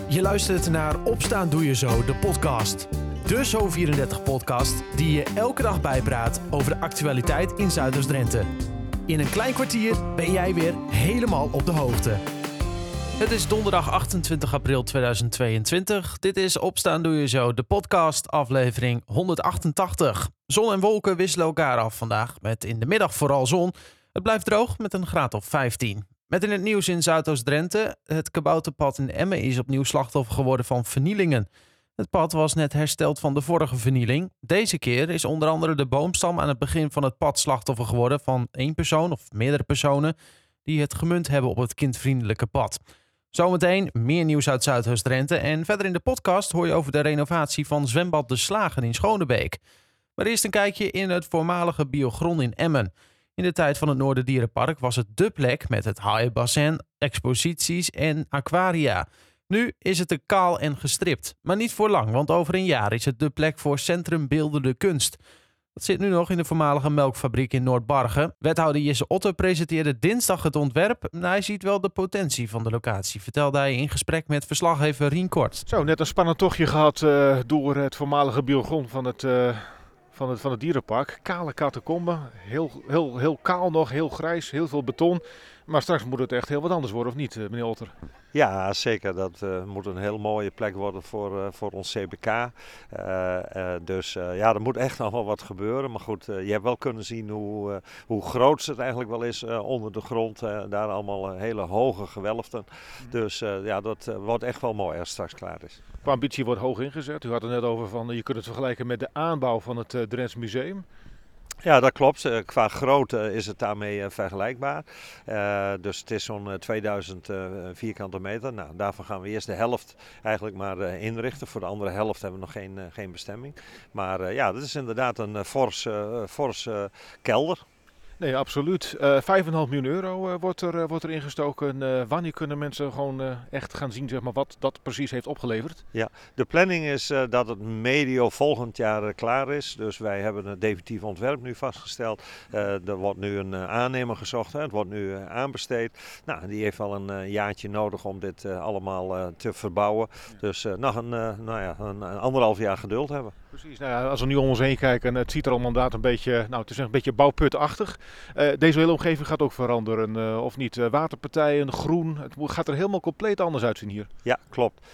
Je luistert naar Opstaan Doe Je Zo, de podcast. De Zo34-podcast die je elke dag bijpraat over de actualiteit in Zuidoost-Drenthe. In een klein kwartier ben jij weer helemaal op de hoogte. Het is donderdag 28 april 2022. Dit is Opstaan Doe Je Zo, de podcast, aflevering 188. Zon en wolken wisselen elkaar af vandaag, met in de middag vooral zon. Het blijft droog met een graad of 15. Met in het nieuws in Zuidoost-Drenthe. Het kabouterpad in Emmen is opnieuw slachtoffer geworden van vernielingen. Het pad was net hersteld van de vorige vernieling. Deze keer is onder andere de boomstam aan het begin van het pad slachtoffer geworden van één persoon of meerdere personen die het gemunt hebben op het kindvriendelijke pad. Zometeen meer nieuws uit Zuidoost-Drenthe en verder in de podcast hoor je over de renovatie van zwembad De Slagen in Schonebeek. Maar eerst een kijkje in het voormalige biogron in Emmen. In de tijd van het Noorderdierenpark was het dé plek met het haaienbassin, exposities en aquaria. Nu is het te kaal en gestript. Maar niet voor lang, want over een jaar is het dé plek voor Centrum Beeldende Kunst. Dat zit nu nog in de voormalige melkfabriek in Noordbargen. Wethouder Jesse Otter presenteerde dinsdag het ontwerp. Hij ziet wel de potentie van de locatie, vertelde hij in gesprek met verslaggever Rien Kort. Zo, net een spannend tochtje gehad door het voormalige biogron van het dierenpark. Kale catacomben, heel kaal nog, heel grijs, heel veel beton. Maar straks moet het echt heel wat anders worden, of niet, meneer Otter? Ja, zeker. Dat moet een heel mooie plek worden voor ons CBK. Dus er moet echt nog wel wat gebeuren. Maar goed, je hebt wel kunnen zien hoe groot het eigenlijk wel is onder de grond. Daar allemaal hele hoge gewelften. Dus dat wordt echt wel mooi als het straks klaar is. De ambitie wordt hoog ingezet. U had het net over van, je kunt het vergelijken met de aanbouw van het Drents Museum. Ja, dat klopt. Qua grootte is het daarmee vergelijkbaar. Dus het is zo'n 2000 vierkante meter. Nou, daarvan gaan we eerst de helft eigenlijk maar inrichten. Voor de andere helft hebben we nog geen bestemming. Maar dat is inderdaad een forse kelder. Nee, absoluut. 5,5 miljoen euro wordt er ingestoken. Wanneer kunnen mensen gewoon echt gaan zien, zeg maar, wat dat precies heeft opgeleverd? Ja, de planning is dat het medio volgend jaar klaar is. Dus wij hebben een definitief ontwerp nu vastgesteld. Er wordt nu een aannemer gezocht. Het wordt nu aanbesteed. Nou, die heeft al een jaartje nodig om dit allemaal te verbouwen. Dus nog een anderhalf jaar geduld hebben. Precies. Nou ja, als we nu om ons heen kijken, het ziet er allemaal inderdaad het is een beetje bouwputachtig. Deze hele omgeving gaat ook veranderen, of niet? Waterpartijen, groen, het gaat er helemaal compleet anders uitzien hier. Ja, klopt.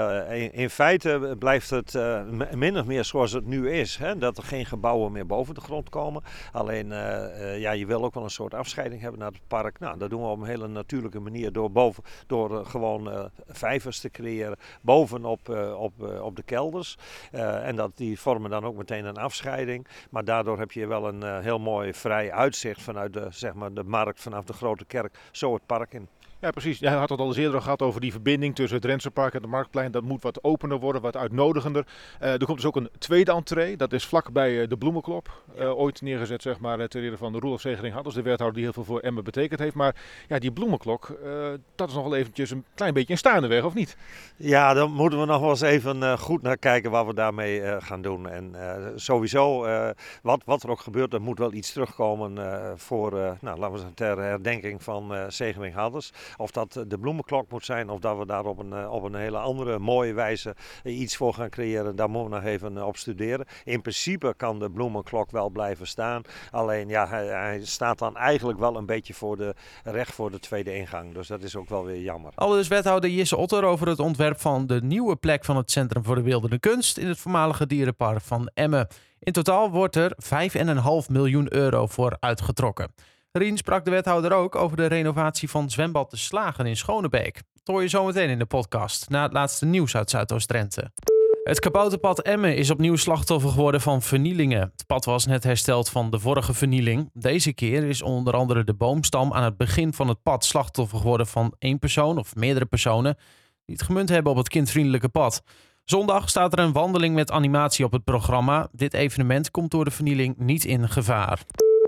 In feite blijft het min of meer zoals het nu is. Hè? Dat er geen gebouwen meer boven de grond komen. Alleen, je wil ook wel een soort afscheiding hebben naar het park. Nou, dat doen we op een hele natuurlijke manier door gewoon vijvers te creëren bovenop op de kelders. En die vormen dan ook meteen een afscheiding. Maar daardoor heb je wel een heel mooi vrij uitzicht vanuit de markt, vanaf de Grote Kerk, zo het park in. Ja, precies. Jij had het al eens eerder gehad over die verbinding tussen het Drentsepark en het Marktplein. Dat moet wat opener worden, wat uitnodigender. Er komt dus ook een tweede entree. Dat is vlakbij de Bloemenklok. Ooit neergezet, zeg maar, ter ere van de Roelof Zegering-Hattels, de wethouder die heel veel voor Emmen betekend heeft. Maar ja, die Bloemenklok, dat is nog wel eventjes een klein beetje een staande weg, of niet? Ja, dan moeten we nog wel eens even goed naar kijken wat we daarmee gaan doen. En sowieso, wat er ook gebeurt, er moet wel iets terugkomen laten we zeggen, ter herdenking van Zegering-Hattels. Of dat de bloemenklok moet zijn of dat we daar op een hele andere mooie wijze iets voor gaan creëren. Daar moeten we nog even op studeren. In principe kan de bloemenklok wel blijven staan. Alleen hij staat dan eigenlijk wel een beetje recht voor de tweede ingang. Dus dat is ook wel weer jammer. Aldus wethouder Jesse Otter over het ontwerp van de nieuwe plek van het Centrum voor de Beeldende Kunst in het voormalige dierenpark van Emmen. In totaal wordt er 5,5 miljoen euro voor uitgetrokken. Rien sprak de wethouder ook over de renovatie van zwembad De Slagen in Schonebeek. Dat hoor je zometeen in de podcast, na het laatste nieuws uit Zuidoost-Drenthe. Het kabouterpad Emmen is opnieuw slachtoffer geworden van vernielingen. Het pad was net hersteld van de vorige vernieling. Deze keer is onder andere de boomstam aan het begin van het pad slachtoffer geworden van één persoon of meerdere personen die het gemunt hebben op het kindvriendelijke pad. Zondag staat er een wandeling met animatie op het programma. Dit evenement komt door de vernieling niet in gevaar.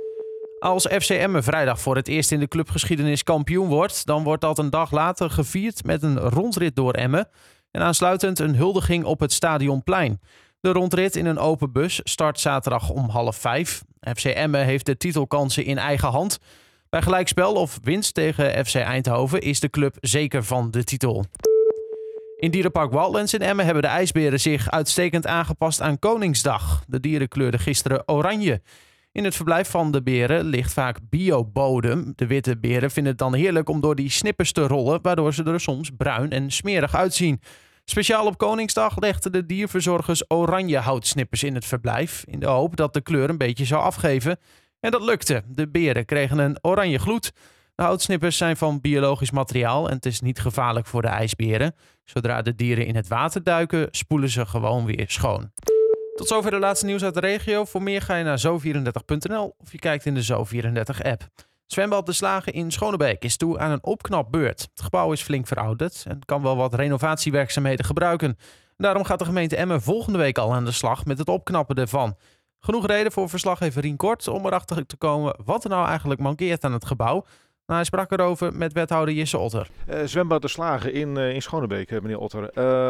Als FC Emmen vrijdag voor het eerst in de clubgeschiedenis kampioen wordt, dan wordt dat een dag later gevierd met een rondrit door Emmen en aansluitend een huldiging op het Stadionplein. De rondrit in een open bus start zaterdag om 4:30. FC Emmen heeft de titelkansen in eigen hand. Bij gelijkspel of winst tegen FC Eindhoven is de club zeker van de titel. In Dierenpark Wildlands in Emmen hebben de ijsberen zich uitstekend aangepast aan Koningsdag. De dieren kleurden gisteren oranje. In het verblijf van de beren ligt vaak biobodem. De witte beren vinden het dan heerlijk om door die snippers te rollen, waardoor ze er soms bruin en smerig uitzien. Speciaal op Koningsdag legden de dierverzorgers oranje houtsnippers in het verblijf, in de hoop dat de kleur een beetje zou afgeven. En dat lukte. De beren kregen een oranje gloed. De houtsnippers zijn van biologisch materiaal en het is niet gevaarlijk voor de ijsberen. Zodra de dieren in het water duiken, spoelen ze gewoon weer schoon. Tot zover de laatste nieuws uit de regio. Voor meer ga je naar zo34.nl of je kijkt in de Zo34-app. Zwembad De Slagen in Schonebeek is toe aan een opknapbeurt. Het gebouw is flink verouderd en kan wel wat renovatiewerkzaamheden gebruiken. Daarom gaat de gemeente Emmen volgende week al aan de slag met het opknappen ervan. Genoeg reden voor verslaggever Rien Kort om erachter te komen wat er nou eigenlijk mankeert aan het gebouw. Hij sprak erover met wethouder Jesse Otter. Zwembad De Slagen in Schonebeek, meneer Otter.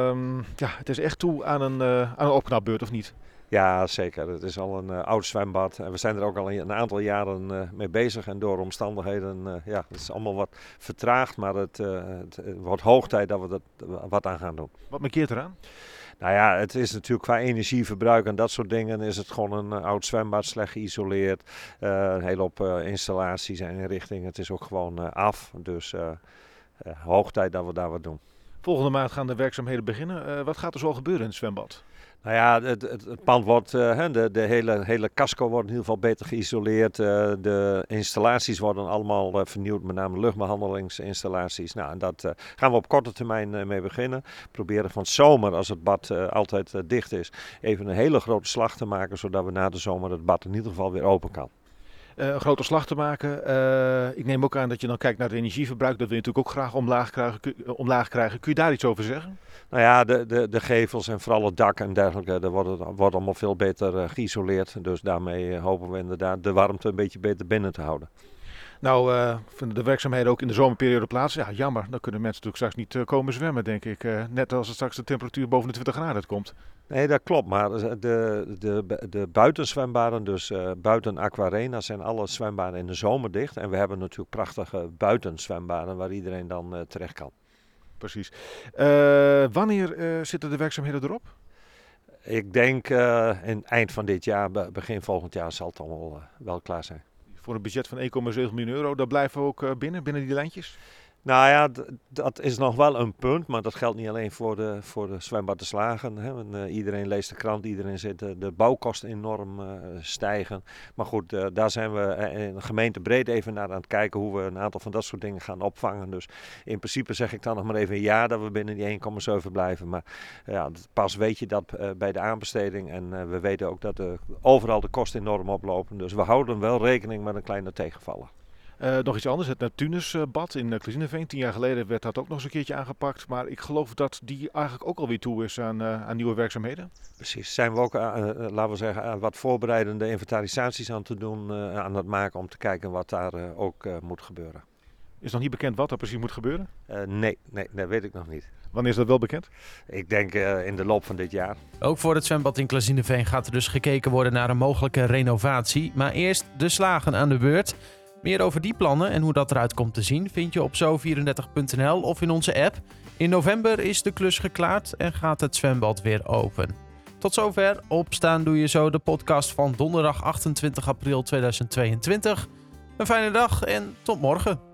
Het is echt toe aan een opknapbeurt, of niet? Ja, zeker. Het is al een oud zwembad en we zijn er ook al een aantal jaren mee bezig. En door omstandigheden, het is allemaal wat vertraagd, maar het wordt hoog tijd dat we er wat aan gaan doen. Wat mankeert eraan? Nou ja, het is natuurlijk qua energieverbruik en dat soort dingen is het gewoon een oud zwembad, slecht geïsoleerd. Een hele hoop installaties en inrichtingen. Het is ook gewoon af, dus hoog tijd dat we daar wat doen. Volgende maand gaan de werkzaamheden beginnen. Wat gaat er zo gebeuren in het zwembad? Nou ja, het pand wordt, de hele casco wordt in ieder geval beter geïsoleerd. De installaties worden allemaal vernieuwd, met name luchtbehandelingsinstallaties. Nou, en dat gaan we op korte termijn mee beginnen. Proberen van zomer, als het bad altijd dicht is, even een hele grote slag te maken, zodat we na de zomer het bad in ieder geval weer open kan. Een grote slag te maken. Ik neem ook aan dat je dan kijkt naar het energieverbruik. Dat wil je natuurlijk ook graag omlaag krijgen. Kun je daar iets over zeggen? Nou ja, de gevels en vooral het dak en dergelijke, dat wordt allemaal veel beter geïsoleerd. Dus daarmee hopen we inderdaad de warmte een beetje beter binnen te houden. Nou, vinden de werkzaamheden ook in de zomerperiode plaats? Ja, jammer. Dan kunnen mensen natuurlijk straks niet komen zwemmen, denk ik. Net als het straks de temperatuur boven de 20 graden komt. Nee, dat klopt. Maar de buitenzwembaden, dus buiten Aquarena, zijn alle zwembaden in de zomer dicht. En we hebben natuurlijk prachtige buitenzwembaden waar iedereen dan terecht kan. Precies. Wanneer zitten de werkzaamheden erop? Ik denk in eind van dit jaar, begin volgend jaar zal het allemaal wel klaar zijn. Voor een budget van 1,7 miljoen euro, daar blijven we ook binnen die lijntjes? Nou ja, dat is nog wel een punt, maar dat geldt niet alleen voor de zwembad De Slagen. Hè. Iedereen leest de krant, iedereen ziet de bouwkosten enorm stijgen. Maar goed, daar zijn we in de gemeente breed even naar aan het kijken hoe we een aantal van dat soort dingen gaan opvangen. Dus in principe zeg ik dan nog maar even een jaar dat we binnen die 1,7 blijven. Maar ja, pas weet je dat bij de aanbesteding en we weten ook dat overal de kosten enorm oplopen. Dus we houden wel rekening met een kleine tegenvaller. Nog iets anders, het Neptunusbad in Klazineveen. 10 jaar geleden werd dat ook nog eens een keertje aangepakt. Maar ik geloof dat die eigenlijk ook alweer toe is aan nieuwe werkzaamheden. Precies, zijn we ook, laten we zeggen, wat voorbereidende inventarisaties aan te doen, aan het maken om te kijken wat daar ook moet gebeuren. Is nog niet bekend wat er precies moet gebeuren? Nee, dat weet ik nog niet. Wanneer is dat wel bekend? Ik denk in de loop van dit jaar. Ook voor het zwembad in Klazineveen gaat er dus gekeken worden naar een mogelijke renovatie. Maar eerst De Slagen aan de beurt. Meer over die plannen en hoe dat eruit komt te zien vind je op zo34.nl of in onze app. In november is de klus geklaard en gaat het zwembad weer open. Tot zover. Opstaan doe je zo, de podcast van donderdag 28 april 2022. Een fijne dag en tot morgen.